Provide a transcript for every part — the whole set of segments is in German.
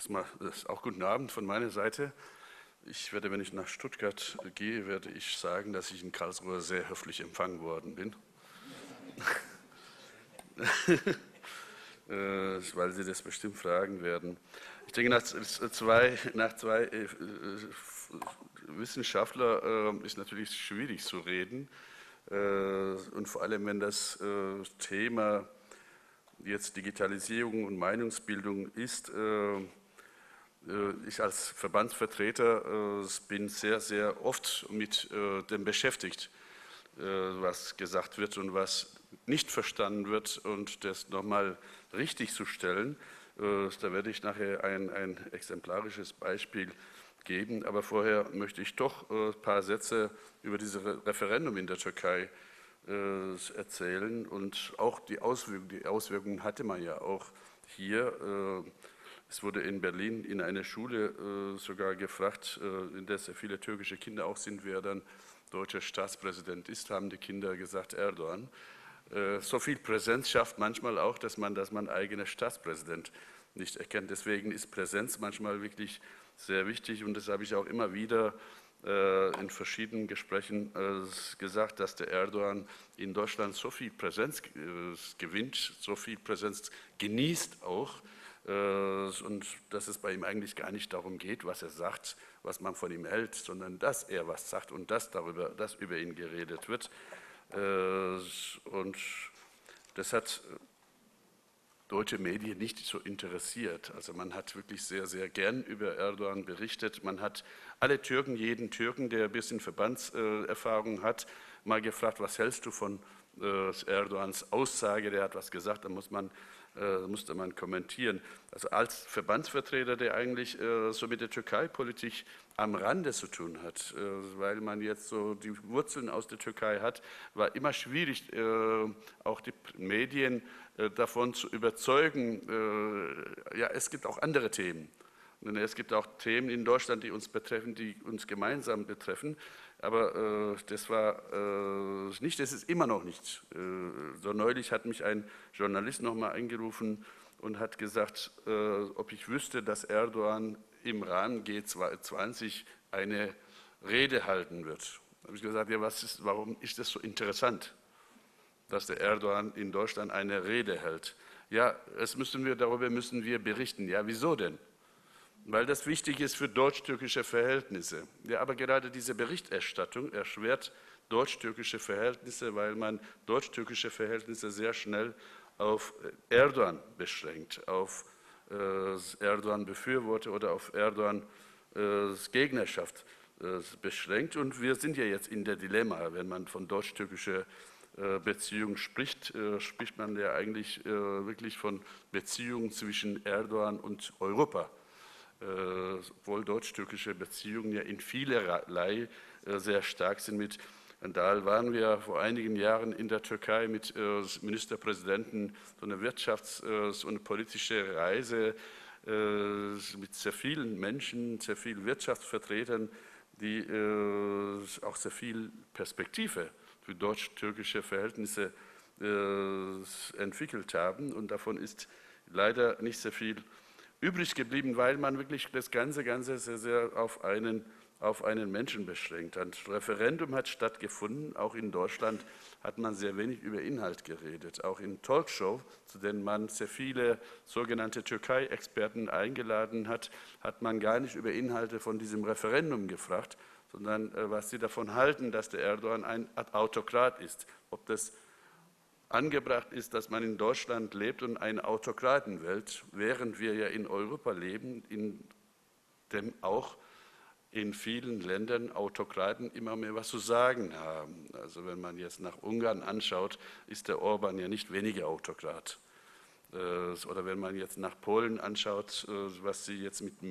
Erstmal auch guten Abend von meiner Seite. Wenn ich nach Stuttgart gehe, werde ich sagen, dass ich in Karlsruhe sehr höflich empfangen worden bin. Weil Sie das bestimmt fragen werden. Ich denke, nach zwei Wissenschaftler ist natürlich schwierig zu reden. Und vor allem, wenn das Thema jetzt Digitalisierung und Meinungsbildung ist, ich als Verbandsvertreter bin sehr, sehr oft mit dem beschäftigt, was gesagt wird und was nicht verstanden wird und das nochmal richtig zu stellen. Da werde ich nachher ein exemplarisches Beispiel geben, aber vorher möchte ich doch ein paar Sätze über dieses Referendum in der Türkei erzählen und auch die Auswirkungen hatte man ja auch hier. Es wurde in Berlin in einer Schule sogar gefragt, in der sehr viele türkische Kinder auch sind, wer dann deutscher Staatspräsident ist, haben die Kinder gesagt Erdogan. So viel Präsenz schafft manchmal auch, dass man eigener Staatspräsident nicht erkennt. Deswegen ist Präsenz manchmal wirklich sehr wichtig und das habe ich auch immer wieder in verschiedenen Gesprächen gesagt, dass der Erdogan in Deutschland so viel Präsenz gewinnt, so viel Präsenz genießt auch, und dass es bei ihm eigentlich gar nicht darum geht, was er sagt, was man von ihm hält, sondern dass er was sagt und dass über ihn geredet wird. Und das hat deutsche Medien nicht so interessiert. Also man hat wirklich sehr, sehr gern über Erdogan berichtet. Man hat alle Türken, jeden Türken, der ein bisschen Verbandserfahrung hat, mal gefragt, was hältst du von Erdogans Aussage, der hat was gesagt, da musste man kommentieren. Also als Verbandsvertreter, der eigentlich so mit der Türkei-Politik am Rande zu tun hat, weil man jetzt so die Wurzeln aus der Türkei hat, war immer schwierig, auch die Medien davon zu überzeugen, ja, es gibt auch andere Themen. Und es gibt auch Themen in Deutschland, die uns betreffen, die uns gemeinsam betreffen. Aber das war nicht, das ist immer noch nicht. So neulich hat mich ein Journalist nochmal angerufen und hat gesagt, ob ich wüsste, dass Erdogan im Rahmen G20 eine Rede halten wird. Da habe ich gesagt, ja, warum ist das so interessant, dass der Erdogan in Deutschland eine Rede hält? Ja, darüber müssen wir berichten. Ja, wieso denn? Weil das wichtig ist für deutsch-türkische Verhältnisse. Ja, aber gerade diese Berichterstattung erschwert deutsch-türkische Verhältnisse, weil man deutsch-türkische Verhältnisse sehr schnell auf Erdogan beschränkt, auf Erdogan-Befürworter oder auf Erdogan Gegnerschaft beschränkt. Und wir sind ja jetzt in der Dilemma, wenn man von deutsch-türkischer Beziehung spricht, spricht man ja eigentlich wirklich von Beziehungen zwischen Erdogan und Europa. Obwohl deutsch-türkische Beziehungen ja in vielerlei sehr stark sind. Mit Dahl waren wir vor einigen Jahren in der Türkei mit Ministerpräsidenten so eine wirtschafts- und politische Reise mit sehr vielen Menschen, sehr vielen Wirtschaftsvertretern, die auch sehr viel Perspektive für deutsch-türkische Verhältnisse entwickelt haben. Und davon ist leider nicht sehr viel übrig geblieben, weil man wirklich das Ganze sehr, sehr auf einen Menschen beschränkt. Ein Referendum hat stattgefunden, auch in Deutschland hat man sehr wenig über Inhalt geredet. Auch in Talkshows, zu denen man sehr viele sogenannte Türkei-Experten eingeladen hat, hat man gar nicht über Inhalte von diesem Referendum gefragt, sondern was sie davon halten, dass der Erdogan ein Autokrat ist. Ob das angebracht ist, dass man in Deutschland lebt und eine Autokratenwelt, während wir ja in Europa leben, in dem auch in vielen Ländern Autokraten immer mehr was zu sagen haben. Also wenn man jetzt nach Ungarn anschaut, ist der Orban ja nicht weniger Autokrat. Oder wenn man jetzt nach Polen anschaut, was sie jetzt mit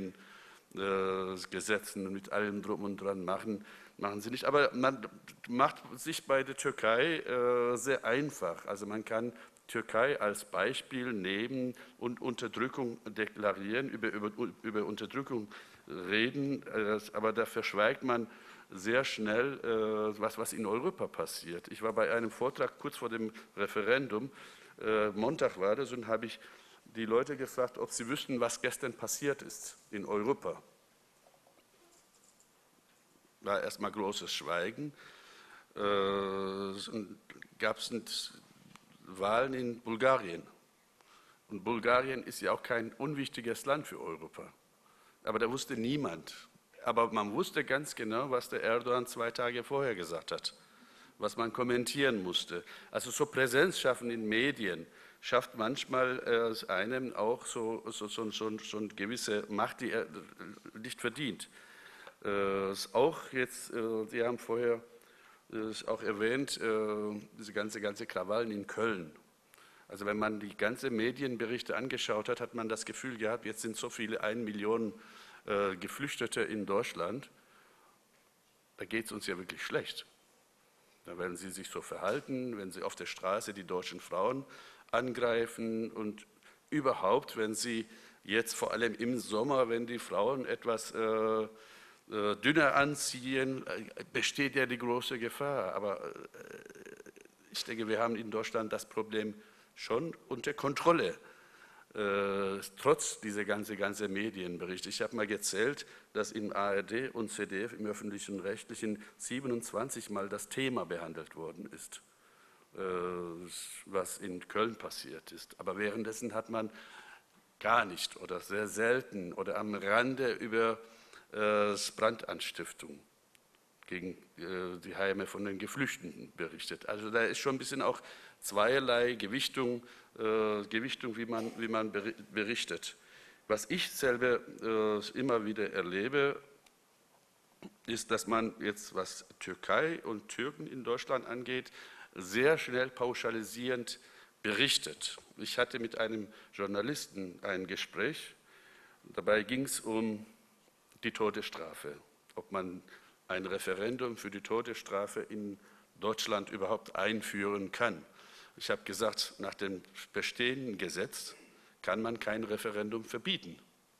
Mediengesetzen und mit allem drum und dran machen sie nicht. Aber man macht sich bei der Türkei sehr einfach. Also man kann Türkei als Beispiel nehmen und Unterdrückung deklarieren, über Unterdrückung reden, aber da verschweigt man sehr schnell, was in Europa passiert. Ich war bei einem Vortrag kurz vor dem Referendum, Montag war das, und habe ich die Leute gefragt, ob sie wüssten, was gestern passiert ist in Europa. War erstmal großes Schweigen. Gab es Wahlen in Bulgarien. Und Bulgarien ist ja auch kein unwichtiges Land für Europa. Aber da wusste niemand. Aber man wusste ganz genau, was der Erdogan 2 Tage vorher gesagt hat, was man kommentieren musste. Also so Präsenz schaffen in Medien schafft manchmal einem auch so eine gewisse Macht, die er nicht verdient. Auch jetzt, Sie haben vorher auch erwähnt, diese ganze Krawallen in Köln. Also wenn man die ganzen Medienberichte angeschaut hat, hat man das Gefühl gehabt, jetzt sind so viele 1 Million Geflüchtete in Deutschland, da geht es uns ja wirklich schlecht. Da werden sie sich so verhalten, wenn sie auf der Straße die deutschen Frauen angreifen und überhaupt, wenn sie jetzt vor allem im Sommer, wenn die Frauen etwas dünner anziehen, besteht ja die große Gefahr. Aber ich denke, wir haben in Deutschland das Problem schon unter Kontrolle, trotz dieser ganzen Medienberichte. Ich habe mal gezählt, dass im ARD und ZDF, im öffentlichen Rechtlichen, 27 Mal das Thema behandelt worden ist, was in Köln passiert ist. Aber währenddessen hat man gar nicht oder sehr selten oder am Rande über Brandanstiftung gegen die Heime von den Geflüchteten berichtet. Also da ist schon ein bisschen auch zweierlei Gewichtung, wie man berichtet. Was ich selber immer wieder erlebe, ist, dass man jetzt, was Türkei und Türken in Deutschland angeht, sehr schnell pauschalisierend berichtet. Ich hatte mit einem Journalisten ein Gespräch, dabei ging es um die Todesstrafe, ob man ein Referendum für die Todesstrafe in Deutschland überhaupt einführen kann. Ich habe gesagt, nach dem bestehenden Gesetz kann man kein Referendum verbieten.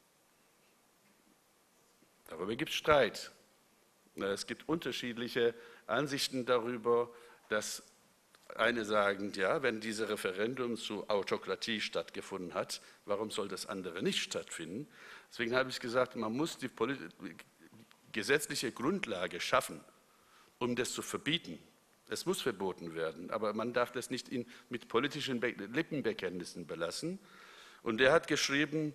Darüber gibt es Streit. Es gibt unterschiedliche Ansichten darüber, dass eine sagen, ja, wenn dieses Referendum zu Autokratie stattgefunden hat, warum soll das andere nicht stattfinden? Deswegen habe ich gesagt, man muss die gesetzliche Grundlage schaffen, um das zu verbieten. Es muss verboten werden, aber man darf das nicht mit politischen Lippenbekenntnissen belassen. Und er hat geschrieben,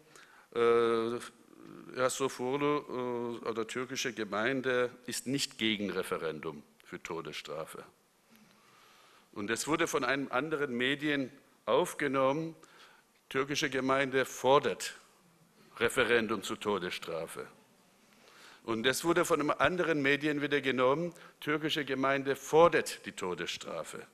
Ersofoğlu oder türkische Gemeinde ist nicht gegen Referendum für Todesstrafe. Und es wurde von einem anderen Medien aufgenommen, türkische Gemeinde fordert Referendum zur Todesstrafe. Und es wurde von einem anderen Medien wieder genommen, türkische Gemeinde fordert die Todesstrafe.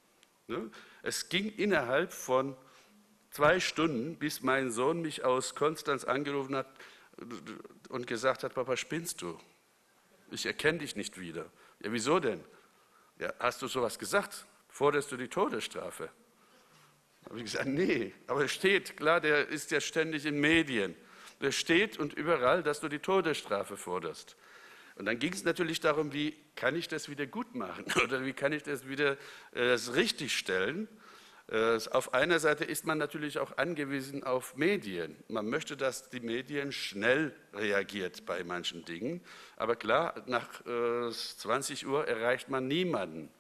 Es ging innerhalb von 2 Stunden, bis mein Sohn mich aus Konstanz angerufen hat und gesagt hat, Papa, spinnst du? Ich erkenne dich nicht wieder. Ja, wieso denn? Ja, hast du sowas gesagt? Forderst du die Todesstrafe? Da habe ich gesagt, nee, aber es steht, klar, der ist ja ständig in Medien. Es steht und überall, dass du die Todesstrafe forderst. Und dann ging es natürlich darum, wie kann ich das wieder gut machen oder wie kann ich das wieder richtig stellen. Auf einer Seite ist man natürlich auch angewiesen auf Medien. Man möchte, dass die Medien schnell reagiert bei manchen Dingen. Aber klar, nach 20 Uhr erreicht man niemanden.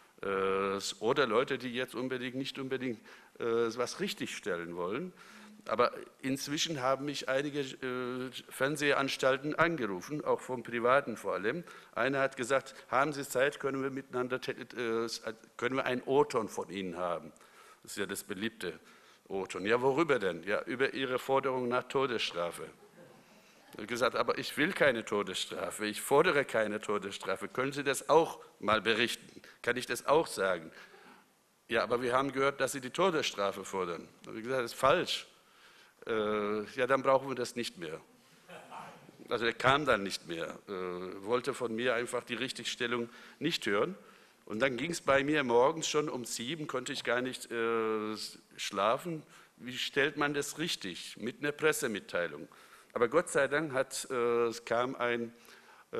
Oder Leute, die jetzt nicht unbedingt was richtigstellen wollen. Aber inzwischen haben mich einige Fernsehanstalten angerufen, auch vom Privaten vor allem. Einer hat gesagt, haben Sie Zeit, können wir einen O-Ton von Ihnen haben. Das ist ja das beliebte O-Ton. Ja, worüber denn? Ja, über Ihre Forderung nach Todesstrafe. Ich habe gesagt, aber ich will keine Todesstrafe, ich fordere keine Todesstrafe. Können Sie das auch mal berichten? Kann ich das auch sagen? Ja, aber wir haben gehört, dass Sie die Todesstrafe fordern. Da habe ich gesagt, das ist falsch. Ja, dann brauchen wir das nicht mehr. Also er kam dann nicht mehr, wollte von mir einfach die Richtigstellung nicht hören. Und dann ging es bei mir morgens schon um 7, konnte ich gar nicht schlafen. Wie stellt man das richtig? Mit einer Pressemitteilung. Aber Gott sei Dank kam ein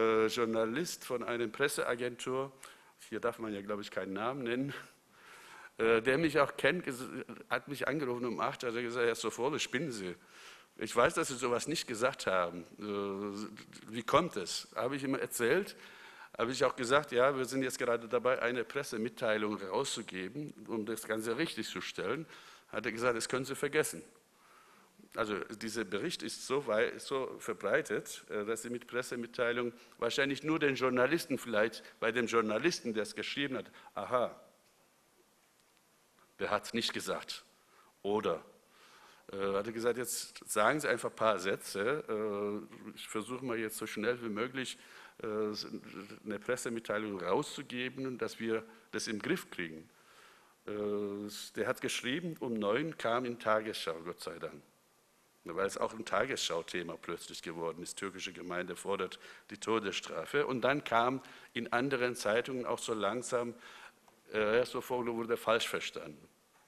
Journalist von einer Presseagentur, hier darf man ja, glaube ich, keinen Namen nennen, der mich auch kennt, hat mich angerufen um 8 Uhr, hat er gesagt, Herr Sofole, spinnen Sie. Ich weiß, dass Sie sowas nicht gesagt haben. Wie kommt es? Habe ich ihm erzählt, habe ich auch gesagt, ja, wir sind jetzt gerade dabei, eine Pressemitteilung rauszugeben, um das Ganze richtig zu stellen. Hat er gesagt, das können Sie vergessen. Also dieser Bericht ist so verbreitet, dass Sie mit Pressemitteilung wahrscheinlich nur den Journalisten vielleicht, bei dem Journalisten, der es geschrieben hat, aha, der hat es nicht gesagt. Oder hat er gesagt, jetzt sagen Sie einfach ein paar Sätze. Ich versuche mal jetzt so schnell wie möglich eine Pressemitteilung rauszugeben, dass wir das im Griff kriegen. Der hat geschrieben, um 9 kam in Tagesschau, Gott sei Dank. Weil es auch ein Tagesschau-Thema plötzlich geworden ist. Türkische Gemeinde fordert die Todesstrafe. Und dann kam in anderen Zeitungen auch so langsam, Herr Sofole wurde falsch verstanden.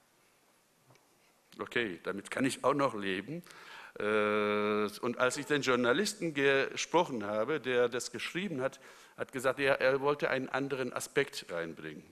Okay, damit kann ich auch noch leben. Und als ich den Journalisten gesprochen habe, der das geschrieben hat, hat gesagt, er wollte einen anderen Aspekt reinbringen.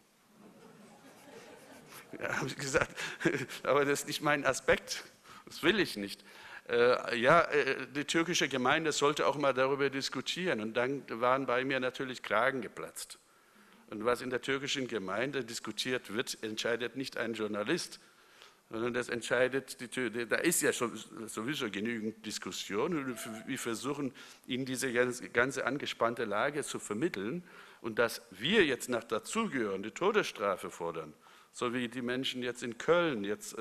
Ja, habe ich gesagt, aber das ist nicht mein Aspekt, das will ich nicht. Die türkische Gemeinde sollte auch mal darüber diskutieren. Und dann waren bei mir natürlich Kragen geplatzt. Und was in der türkischen Gemeinde diskutiert wird, entscheidet nicht ein Journalist, sondern das entscheidet da ist ja schon sowieso genügend Diskussion. Und wir versuchen, in diese ganze angespannte Lage zu vermitteln. Und dass wir jetzt nach dazugehören, die Todesstrafe fordern, so wie die Menschen jetzt in Köln, jetzt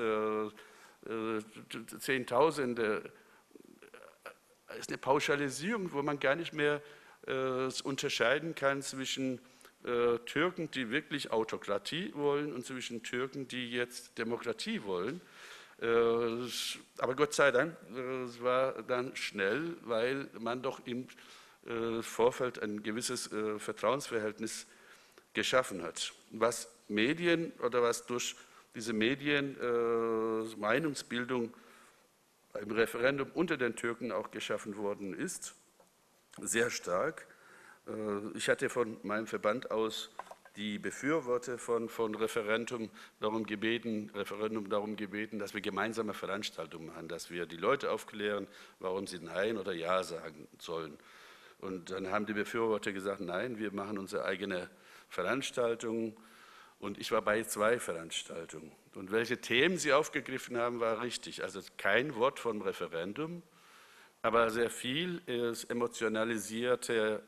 Zehntausende, ist eine Pauschalisierung, wo man gar nicht mehr unterscheiden kann zwischen Türken, die wirklich Autokratie wollen und zwischen Türken, die jetzt Demokratie wollen. Aber Gott sei Dank, es war dann schnell, weil man doch im Vorfeld ein gewisses Vertrauensverhältnis geschaffen hat. Was Medien oder was durch diese Medien Meinungsbildung beim Referendum unter den Türken auch geschaffen worden ist, sehr stark. Ich hatte von meinem Verband aus die Befürworter von Referendum darum gebeten, dass wir gemeinsame Veranstaltungen machen, dass wir die Leute aufklären, warum sie Nein oder Ja sagen sollen. Und dann haben die Befürworter gesagt, nein, wir machen unsere eigene Veranstaltung. Und ich war bei 2 Veranstaltungen. Und welche Themen sie aufgegriffen haben, war richtig. Also kein Wort vom Referendum, aber sehr viel emotionalisierte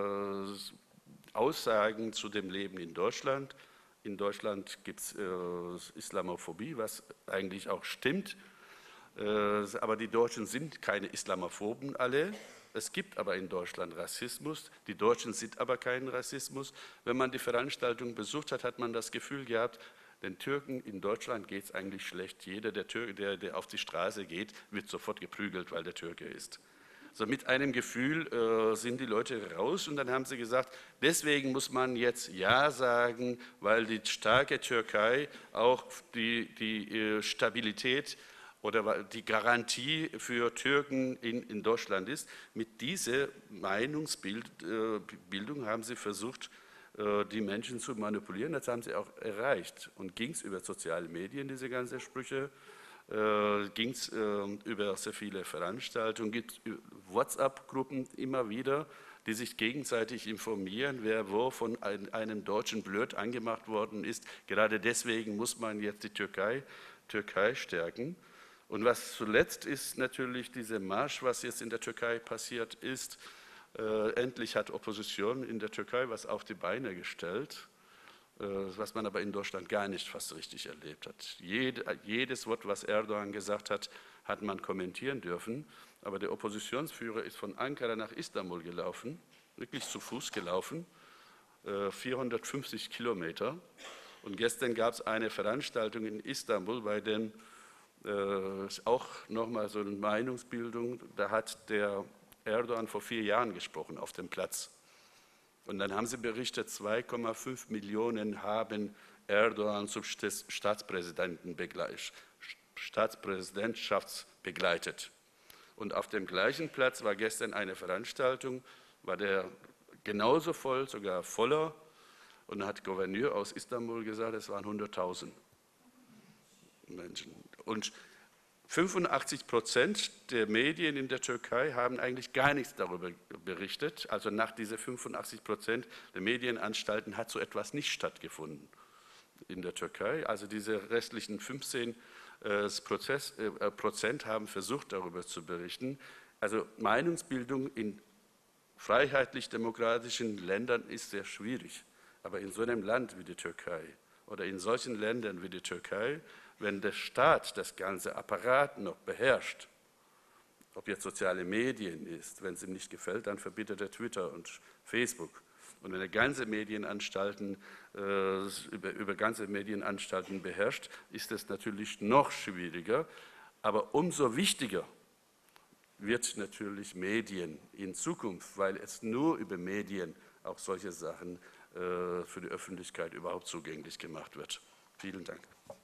Aussagen zu dem Leben in Deutschland. In Deutschland gibt es Islamophobie, was eigentlich auch stimmt. Aber die Deutschen sind keine Islamophoben alle. Es gibt aber in Deutschland Rassismus. Die Deutschen sind aber kein Rassismus. Wenn man die Veranstaltung besucht hat, hat man das Gefühl gehabt, den Türken in Deutschland geht es eigentlich schlecht. Jeder, der auf die Straße geht, wird sofort geprügelt, weil der Türke ist. So mit einem Gefühl sind die Leute raus und dann haben sie gesagt, deswegen muss man jetzt Ja sagen, weil die starke Türkei auch die Stabilität oder die Garantie für Türken in Deutschland ist. Mit dieser Meinungsbildung haben sie versucht, die Menschen zu manipulieren. Das haben sie auch erreicht. Und ging es über soziale Medien, diese ganzen Sprüche, ging es über sehr viele Veranstaltungen, gibt es WhatsApp-Gruppen immer wieder, die sich gegenseitig informieren, wer wo von einem Deutschen blöd angemacht worden ist. Gerade deswegen muss man jetzt die Türkei stärken. Und was zuletzt ist natürlich dieser Marsch, was jetzt in der Türkei passiert ist. Endlich hat Opposition in der Türkei was auf die Beine gestellt, was man aber in Deutschland gar nicht fast richtig erlebt hat. Jedes Wort, was Erdogan gesagt hat, hat man kommentieren dürfen. Aber der Oppositionsführer ist von Ankara nach Istanbul gelaufen, wirklich zu Fuß gelaufen, 450 Kilometer. Und gestern gab es eine Veranstaltung in Istanbul, bei der auch nochmal so eine Meinungsbildung, da hat der Erdogan vor 4 Jahren gesprochen auf dem Platz. Und dann haben sie berichtet, 2,5 Millionen haben Erdogan zum Staatspräsidentschaft begleitet. Und auf dem gleichen Platz war gestern eine Veranstaltung, war der genauso voll, sogar voller. Und dann hat der Gouverneur aus Istanbul gesagt, es waren 100.000. Menschen. Und 85% der Medien in der Türkei haben eigentlich gar nichts darüber berichtet. Also nach diesen 85% der Medienanstalten hat so etwas nicht stattgefunden in der Türkei. Also diese restlichen 15% haben versucht, darüber zu berichten. Also Meinungsbildung in freiheitlich-demokratischen Ländern ist sehr schwierig. Aber in so einem Land wie die Türkei oder in solchen Ländern wie die Türkei, wenn der Staat das ganze Apparat noch beherrscht, ob jetzt soziale Medien ist, wenn es ihm nicht gefällt, dann verbietet er Twitter und Facebook. Und wenn er ganze Medienanstalten, über ganze Medienanstalten beherrscht, ist es natürlich noch schwieriger. Aber umso wichtiger wird natürlich Medien in Zukunft, weil es nur über Medien auch solche Sachen für die Öffentlichkeit überhaupt zugänglich gemacht wird. Vielen Dank.